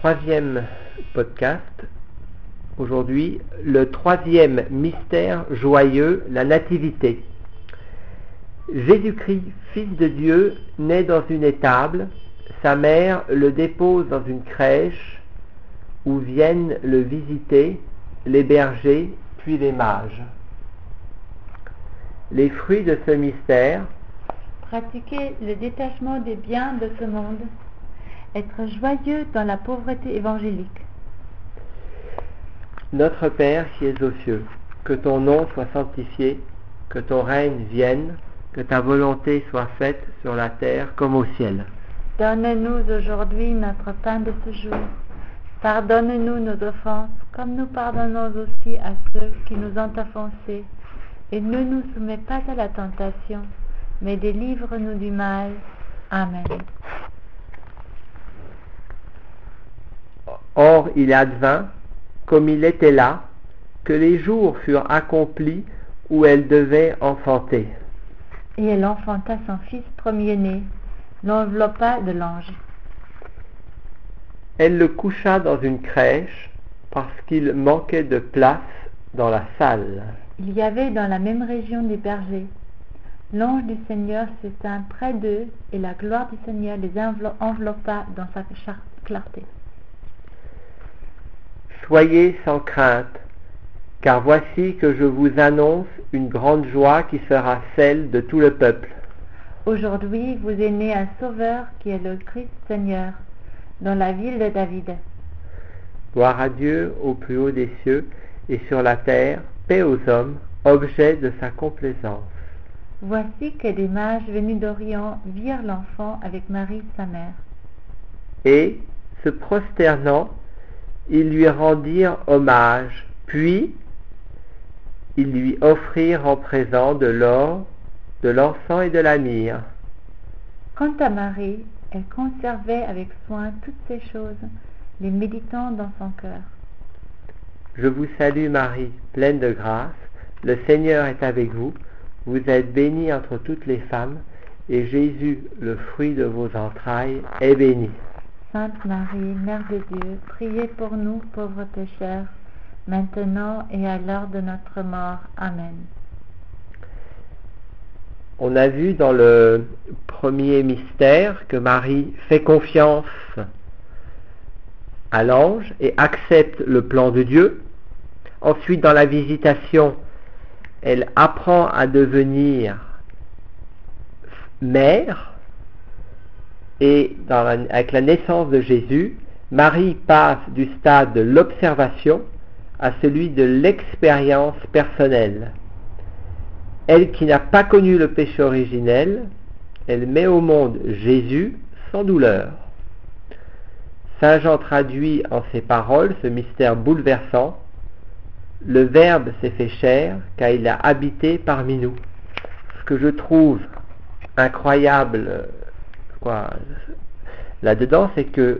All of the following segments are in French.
troisième podcast. Aujourd'hui, le troisième mystère joyeux, la nativité. Jésus-Christ, Fils de Dieu, naît dans une étable. Sa mère le dépose dans une crèche où viennent le visiter les bergers puis les mages. Les fruits de ce mystère: pratiquer le détachement des biens de ce monde, être joyeux dans la pauvreté évangélique. Notre Père qui es aux cieux, que ton nom soit sanctifié, que ton règne vienne, que ta volonté soit faite sur la terre comme au ciel. Donne-nous aujourd'hui notre pain de ce jour. Pardonne-nous nos offenses, comme nous pardonnons aussi à ceux qui nous ont offensés. Et ne nous soumets pas à la tentation, mais délivre-nous du mal. Amen. Or il advint, comme il était là, que les jours furent accomplis où elle devait enfanter. Et elle enfanta son fils premier-né, l'enveloppa de l'ange. Elle le coucha dans une crèche, parce qu'il manquait de place dans la salle. Il y avait dans la même région des bergers. L'ange du Seigneur se tint près d'eux, et la gloire du Seigneur les enveloppa dans sa clarté. Soyez sans crainte, car voici que je vous annonce une grande joie qui sera celle de tout le peuple. Aujourd'hui vous est né un Sauveur qui est le Christ Seigneur, dans la ville de David. Gloire à Dieu au plus haut des cieux, et sur la terre, paix aux hommes, objet de sa complaisance. Voici que des mages venus d'Orient virent l'enfant avec Marie sa mère. Et, se prosternant, ils lui rendirent hommage, puis ils lui offrirent en présent de l'or, de l'encens et de la myrrhe. Quant à Marie, elle conservait avec soin toutes ces choses, les méditant dans son cœur. Je vous salue Marie, pleine de grâce, le Seigneur est avec vous. Vous êtes bénie entre toutes les femmes, et Jésus, le fruit de vos entrailles, est béni. Sainte Marie, Mère de Dieu, priez pour nous pauvres pécheurs, maintenant et à l'heure de notre mort. Amen. On a vu dans le premier mystère que Marie fait confiance à l'ange et accepte le plan de Dieu. Ensuite, dans la visitation, elle apprend à devenir mère. Et avec la naissance de Jésus, Marie passe du stade de l'observation à celui de l'expérience personnelle. Elle qui n'a pas connu le péché originel, elle met au monde Jésus sans douleur. Saint Jean traduit en ces paroles ce mystère bouleversant: le Verbe s'est fait chair, car il a habité parmi nous. Ce que je trouve incroyable là-dedans, c'est que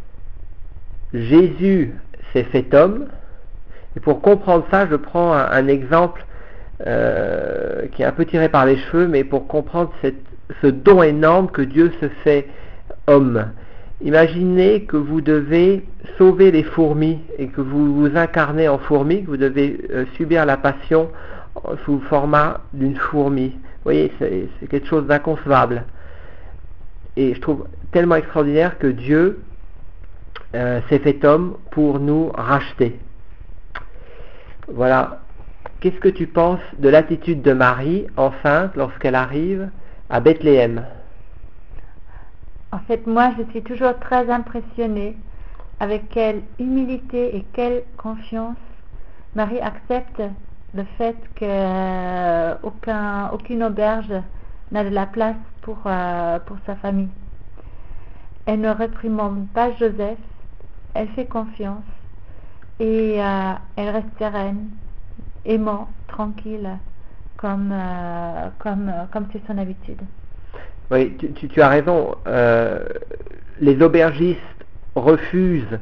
Jésus s'est fait homme. Et pour comprendre ça, je prends un exemple qui est un peu tiré par les cheveux, mais pour comprendre ce don énorme que Dieu se fait homme. Imaginez que vous devez sauver les fourmis et que vous vous incarnez en fourmi, que vous devez subir la passion sous le format d'une fourmi. Vous voyez, c'est quelque chose d'inconcevable. Et je trouve tellement extraordinaire que Dieu s'est fait homme pour nous racheter. Voilà. Qu'est-ce que tu penses de l'attitude de Marie, enceinte, lorsqu'elle arrive à Bethléem? En fait, moi, je suis toujours très impressionnée avec quelle humilité et quelle confiance Marie accepte le fait qu'aucune auberge n'a de la place pour sa famille. Elle ne réprimande pas Joseph, elle fait confiance et elle reste sereine, aimant, tranquille, comme c'est son habitude. Oui, tu as raison. Les aubergistes refusent,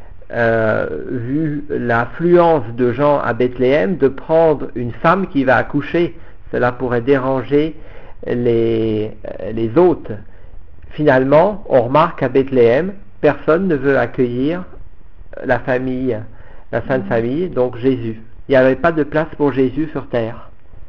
vu l'affluence de gens à Bethléem, de prendre une femme qui va accoucher. Cela pourrait déranger les hôtes. Finalement, on remarque à Bethléem personne ne veut accueillir la famille, la Sainte Famille, donc Jésus. Il n'y avait pas de place pour Jésus sur terre.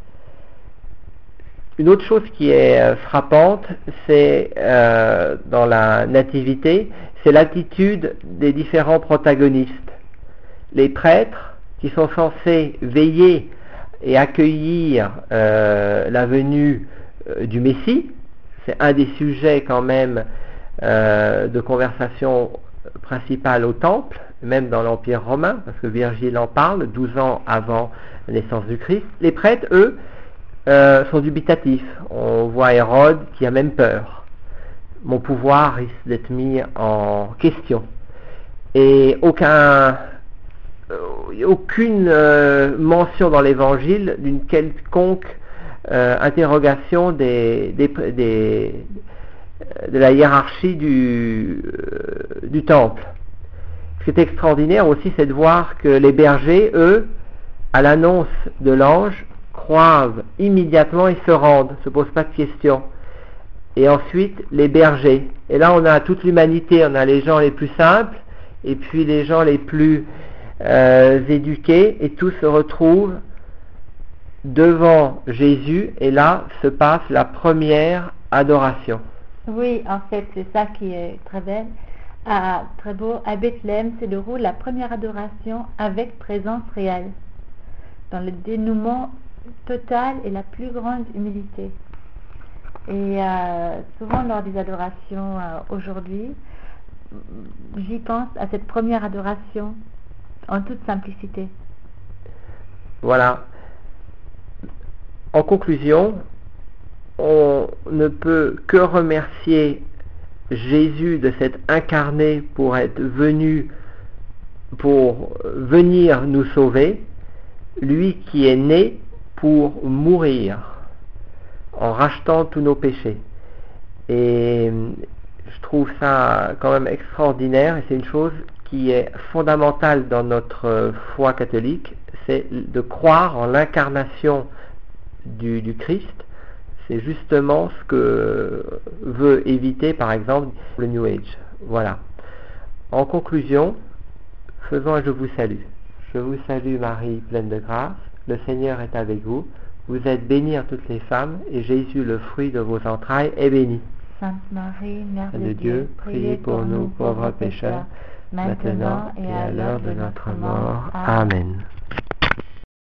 Une autre chose qui est frappante, c'est dans la nativité, c'est l'attitude des différents protagonistes. Les prêtres qui sont censés veiller et accueillir la venue du Messie, c'est un des sujets quand même de conversation principale au Temple, même dans l'Empire romain, parce que Virgile en parle 12 ans avant la naissance du Christ. Les prêtres, eux, sont dubitatifs. On voit Hérode qui a même peur. Mon pouvoir risque d'être mis en question. Et aucune mention dans l'Évangile d'une quelconque interrogation de la hiérarchie du temple. Ce qui est extraordinaire aussi, c'est de voir que les bergers, eux, à l'annonce de l'ange, croivent immédiatement et se rendent, ne se posent pas de questions. Et ensuite, les bergers. Et là, on a toute l'humanité, on a les gens les plus simples, et puis les gens les plus éduqués, et tous se retrouvent devant Jésus, et là se passe la première adoration. Oui, en fait, c'est ça qui est très belle. Très beau. À Bethléem se déroule la première adoration avec présence réelle, dans le dénouement total et la plus grande humilité. Et souvent lors des adorations aujourd'hui, j'y pense à cette première adoration en toute simplicité. Voilà. En conclusion, on ne peut que remercier Jésus de s'être incarné pour venir nous sauver, lui qui est né pour mourir en rachetant tous nos péchés. Et je trouve ça quand même extraordinaire, et c'est une chose qui est fondamentale dans notre foi catholique, c'est de croire en l'incarnation du Christ. C'est justement ce que veut éviter par exemple le New Age. Voilà. En conclusion, faisons un Je vous salue. Je vous salue Marie, pleine de grâce, le Seigneur est avec vous. Vous êtes bénie entre toutes les femmes, et Jésus, le fruit de vos entrailles, est béni. Sainte Marie, Mère de Dieu, priez pour nous pauvres pécheurs, maintenant et à l'heure de notre mort. Amen.